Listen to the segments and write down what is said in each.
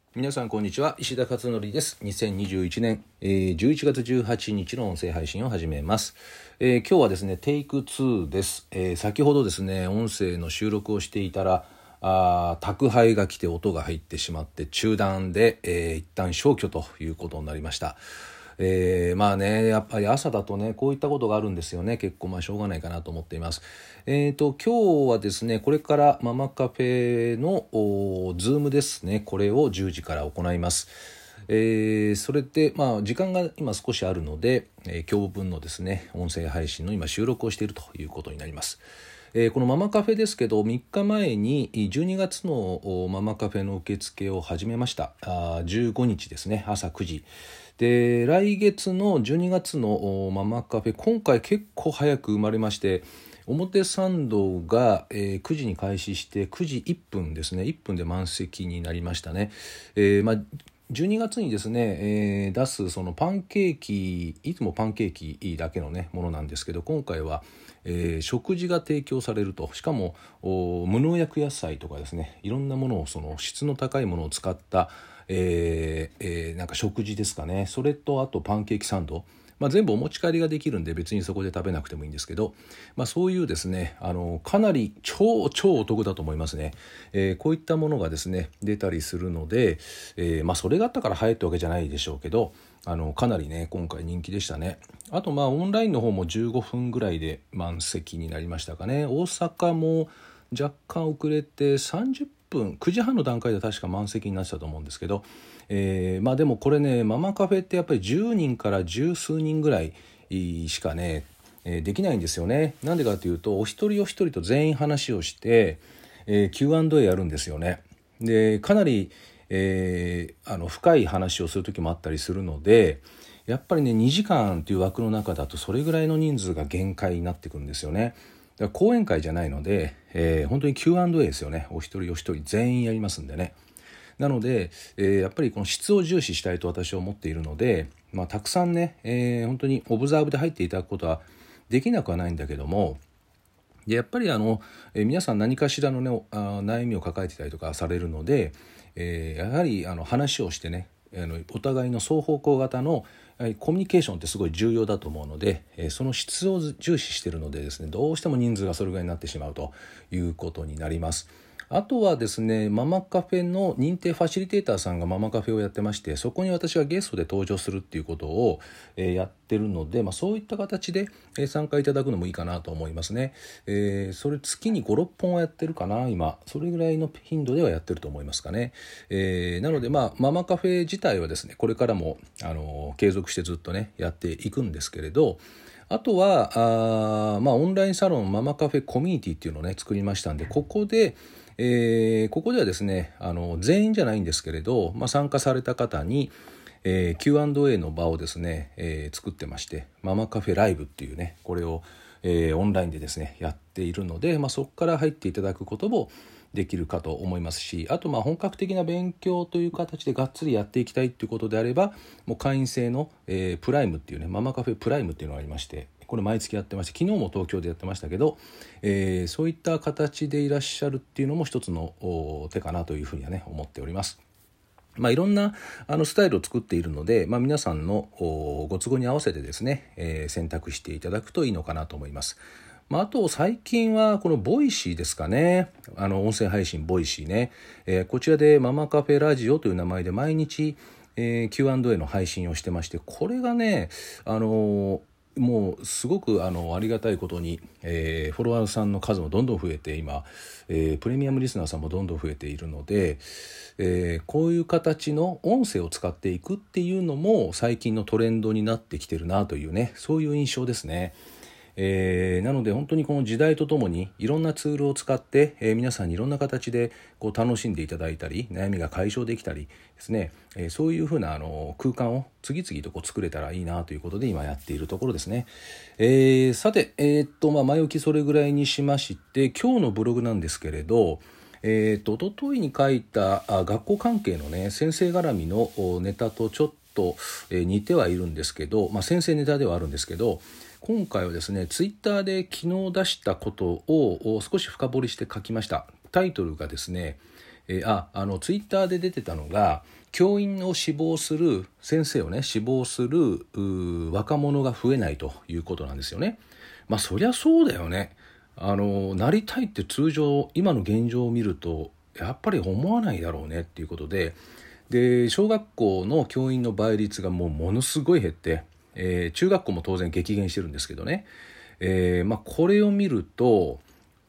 皆さんこんにちは、石田勝則です。2021年、11月18日の音声配信を始めます。今日はですねテイク2です。先ほどですね音声の収録をしていたら宅配が来て音が入ってしまって中断で、一旦消去ということになりました。まあねやっぱり朝だとねこういったことがあるんですよね。結構しょうがないかなと思っています。今日はですねこれからママカフェのズームですね、これを10時から行います。それで時間が今少しあるので、今日分のですね音声配信の今収録をしているということになります。このママカフェですけど3日前に12月のママカフェの受付を始めました。15日ですね、朝9時で、来月の12月のママカフェ、今回結構早く生まれまして、表参道が9時に開始して9時1分ですね、1分で満席になりましたね。12月にですね、出すそのパンケーキ、いつもパンケーキだけのねものなんですけど、今回は食事が提供されると。しかも無農薬野菜とかですね、いろんなものをその質の高いものを使ったなんか食事ですかね。それとあとパンケーキサンド、全部お持ち帰りができるんで別にそこで食べなくてもいいんですけど、そういうですねかなり超お得だと思いますね。こういったものがですね出たりするので、それがあったから早いってわけじゃないでしょうけど、かなりね今回人気でしたね。あとオンラインの方も15分ぐらいで満席になりましたかね。大阪も若干遅れて30分9時半の段階で確か満席になってたと思うんですけど、でもこれねママカフェってやっぱり10人から十数人ぐらいしかねできないんですよね。なんでかというとお一人お一人と全員話をして、Q&A やるんですよね。でかなり、深い話をする時もあったりするので、やっぱりね2時間という枠の中だとそれぐらいの人数が限界になってくるんですよね。だから講演会じゃないので、本当に Q&A ですよね。お一人お一人全員やりますんでね。なので、やっぱりこの質を重視したいと私は思っているので、たくさんね、本当にオブザーブで入っていただくことはできなくはないんだけども、でやっぱり皆さん何かしらのね悩みを抱えてたりとかされるので、やはり話をしてねお互いの双方向型のコミュニケーションってすごい重要だと思うので、その質を重視しているのでですね、どうしても人数がそれぐらいになってしまうということになります。あとはですねママカフェの認定ファシリテーターさんがママカフェをやってまして、そこに私はゲストで登場するっていうことをやってるので、そういった形で参加いただくのもいいかなと思いますね。それ月に5、6本はやってるかな。今それぐらいの頻度ではやってると思いますかね。なのでママカフェ自体はですねこれからも継続してずっとねやっていくんですけれど、あとはオンラインサロンママカフェコミュニティっていうのをね作りましたんで、ここではですね全員じゃないんですけれど、参加された方に、Q&A の場をですね、作ってまして、ママカフェライブっていうねこれを、オンラインでですねやっているので、そこから入っていただくこともできるかと思いますし、あと本格的な勉強という形でがっつりやっていきたいということであれば、もう会員制の、プライムっていうねママカフェプライムっていうのがありまして、これ毎月やってまして、昨日も東京でやってましたけど、そういった形でいらっしゃるっていうのも一つの手かなというふうにはね思っております。いろんなスタイルを作っているので、皆さんのご都合に合わせてですね、選択していただくといいのかなと思います。あと最近はこのボイシーですかね、音声配信ボイシーね、こちらでママカフェラジオという名前で毎日、Q&A の配信をしてまして、これがねもうすごくありがたいことに、フォロワーさんの数もどんどん増えて今、プレミアムリスナーさんもどんどん増えているので、こういう形の音声を使っていくっていうのも最近のトレンドになってきてるなというね、そういう印象ですね。なので本当にこの時代とともにいろんなツールを使って、皆さんにいろんな形で楽しんでいただいたり悩みが解消できたりですね、そういうふうな空間を次々と作れたらいいなということで今やっているところですね。さて、前置きそれぐらいにしまして、今日のブログなんですけれど、一昨日に書いた学校関係のね先生絡みのネタとちょっと似てはいるんですけど、先生ネタではあるんですけど、今回はですねツイッターで昨日出したことを少し深掘りして書きました。タイトルがですね、 ツイッターで出てたのが、教員を志望する先生をね志望する若者が増えないということなんですよね。そりゃそうだよね。なりたいって通常今の現状を見るとやっぱり思わないだろうねっていうことで、小学校の教員の倍率がものすごい減って、中学校も当然激減してるんですけどね、これを見ると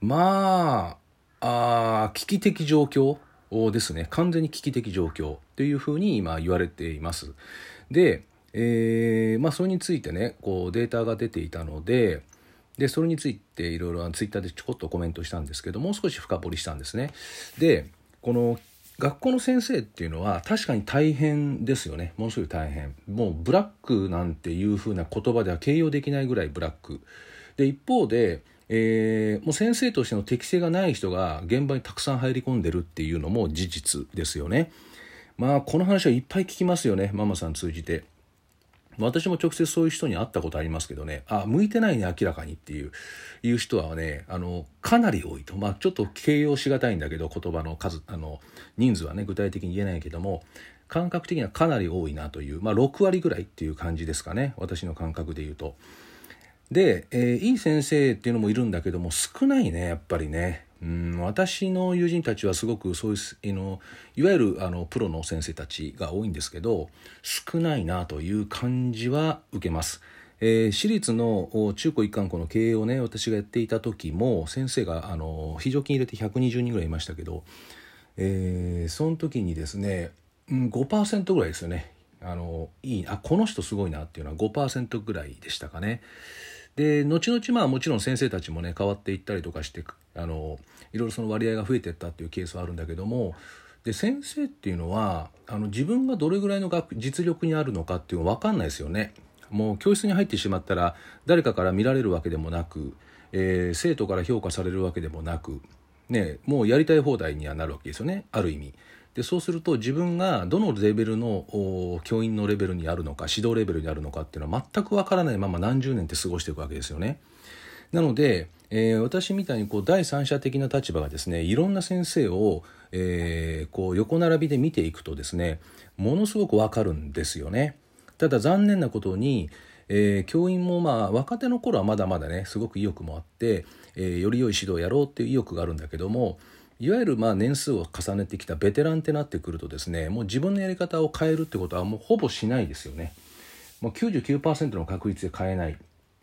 危機的状況ですね。完全に危機的状況というふうに今言われています。で、それについてねデータが出ていたので、それについていろいろツイッターでちょこっとコメントしたんですけど、もう少し深掘りしたんですね。で、この学校の先生っていうのは確かに大変ですよね。ものすごい大変。もうブラックなんていうふうな言葉では形容できないぐらいブラックで、一方でもう先生としての適性がない人が現場にたくさん入り込んでるっていうのも事実ですよね。この話はいっぱい聞きますよね、ママさん通じて。私も直接そういう人に会ったことありますけどね、向いてないね明らかにっていう人はねかなり多いと。ちょっと形容しがたいんだけど、言葉の数人数はね具体的に言えないけども、感覚的にはかなり多いなという、6割ぐらいっていう感じですかね、私の感覚で言うと。で、いい先生っていうのもいるんだけども少ないねやっぱりね。私の友人たちはすごくそういういわゆるプロの先生たちが多いんですけど、少ないなという感じは受けます。私立の中高一貫校の経営をね私がやっていた時も先生が非常勤入れて120人ぐらいいましたけど、その時にですね、5% ぐらいですよね。この人すごいなっていうのは 5% ぐらいでしたかね。で後々もちろん先生たちもね変わっていったりとかしていろいろその割合が増えていったっていうケースはあるんだけども、で先生っていうのは自分がどれぐらいの実力にあるのかっていうのは分かんないですよね。もう教室に入ってしまったら誰かから見られるわけでもなく、生徒から評価されるわけでもなく、もうやりたい放題にはなるわけですよね、ある意味で。そうすると自分がどのレベルの教員のレベルにあるのか指導レベルにあるのかっていうのは全くわからないまま何十年って過ごしていくわけですよね。なので、私みたいに第三者的な立場がですねいろんな先生を、横並びで見ていくとですねものすごくわかるんですよね。ただ残念なことに、教員も若手の頃はまだまだねすごく意欲もあって、より良い指導をやろうっていう意欲があるんだけども、いわゆる年数を重ねてきたベテランってなってくるとですね、もう自分のやり方を変えるってことはもうほぼしないですよね。もう 99% の確率で変えない。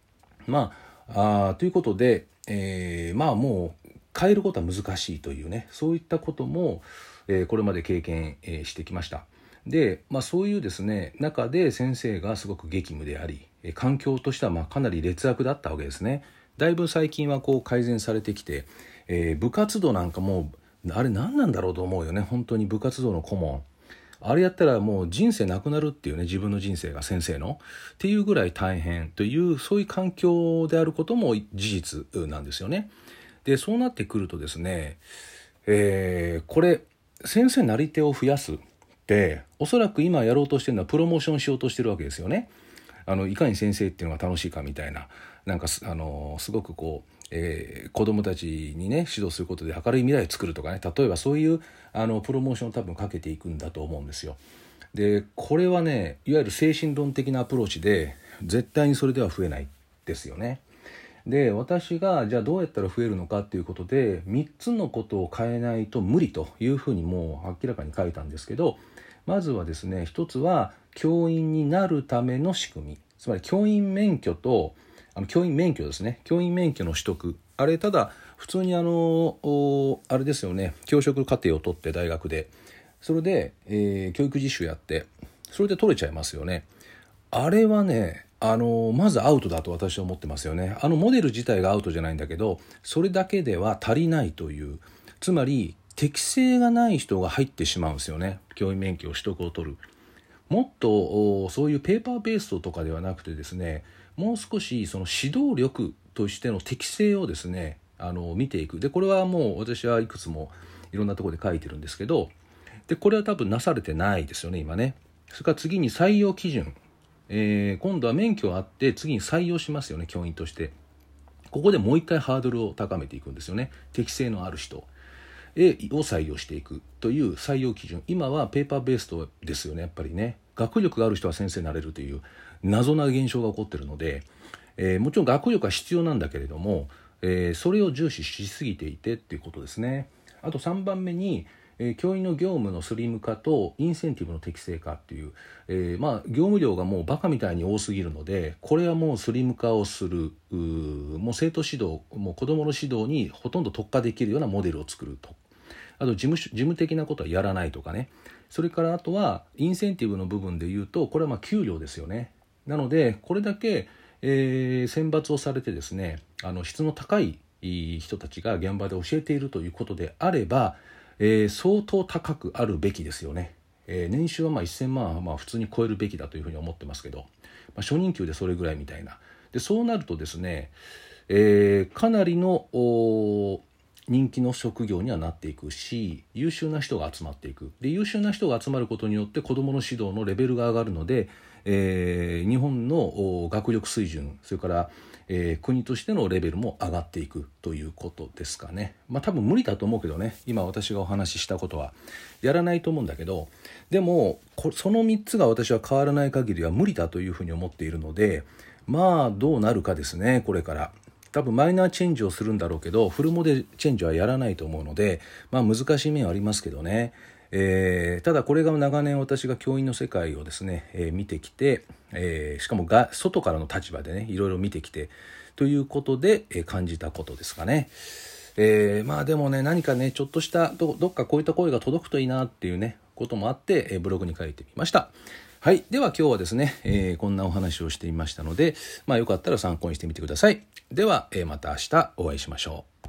ということで、もう変えることは難しいというね、そういったことも、これまで経験、してきました。で、そういうですね中で先生がすごく激務であり、環境としてはかなり劣悪だったわけですね。だいぶ最近は改善されてきて、部活動なんかもあれ何なんだろうと思うよね。本当に部活動の顧問あれやったらもう人生なくなるっていうね、自分の人生が先生のっていうぐらい大変というそういう環境であることも事実なんですよね。でそうなってくるとですね、これ先生なり手を増やすっておそらく今やろうとしてるのはプロモーションしようとしてるわけですよね。いかに先生っていうのが楽しいかみたいな、すごく子どもたちにね指導することで明るい未来を作るとかね、例えばそういうプロモーションを多分かけていくんだと思うんですよ。でこれはねいわゆる精神論的なアプローチで絶対にそれでは増えないですよね。で私がじゃあどうやったら増えるのかっていうことで3つのことを変えないと無理というふうにもう明らかに書いたんですけど、まずはですね一つは教員になるための仕組み、つまり教員免許と教員免許ですね、教員免許の取得、あれただ普通にあれですよね、教職課程を取って大学でそれで、教育実習やってそれで取れちゃいますよね。あれはねまずアウトだと私は思ってますよね。モデル自体がアウトじゃないんだけどそれだけでは足りないという、つまり適性がない人が入ってしまうんですよね、教員免許を取得を取る。もっとそういうペーパーベースとかではなくてですね、もう少しその指導力としての適性をですね見ていく。でこれはもう私はいくつもいろんなところで書いてるんですけど、でこれは多分なされてないですよね今ね。それから次に採用基準、今度は免許があって次に採用しますよね、教員として。ここでもう一回ハードルを高めていくんですよね、適性のある人。 を採用していくという採用基準、今はペーパーベーストですよね。やっぱりね、学力がある人は先生になれるという謎な現象が起こっているので、もちろん学力は必要なんだけれども、それを重視しすぎていてっていうことですね。あと3番目に、教員の業務のスリム化とインセンティブの適正化っていう、業務量がもうバカみたいに多すぎるので、これはもうスリム化をする、もう生徒指導、もう子どもの指導にほとんど特化できるようなモデルを作ると。あと事務的なことはやらないとかね。それからあとはインセンティブの部分でいうと、これは給料ですよね。なのでこれだけ、選抜をされてですね、質の高い人たちが現場で教えているということであれば、相当高くあるべきですよね。年収は1000万は普通に超えるべきだというふうに思ってますけど、初任給でそれぐらいみたいな。でそうなるとですね、かなりの人気の職業にはなっていくし、優秀な人が集まっていく。で優秀な人が集まることによって子どもの指導のレベルが上がるので、日本の学力水準、それから、国としてのレベルも上がっていくということですかね。多分無理だと思うけどね、今私がお話ししたことはやらないと思うんだけど、でもその3つが私は変わらない限りは無理だというふうに思っているので、どうなるかですね。これから多分マイナーチェンジをするんだろうけど、フルモデルチェンジはやらないと思うので、難しい面はありますけどね。ただこれが長年私が教員の世界をですね、見てきて、しかも外からの立場でねいろいろ見てきてということで、感じたことですかね。でもね、何かねちょっとしたどっかこういった声が届くといいなっていうねこともあって、ブログに書いてみました。はい、では今日はですね、こんなお話をしてみましたので、よかったら参考にしてみてください。では、また明日お会いしましょう。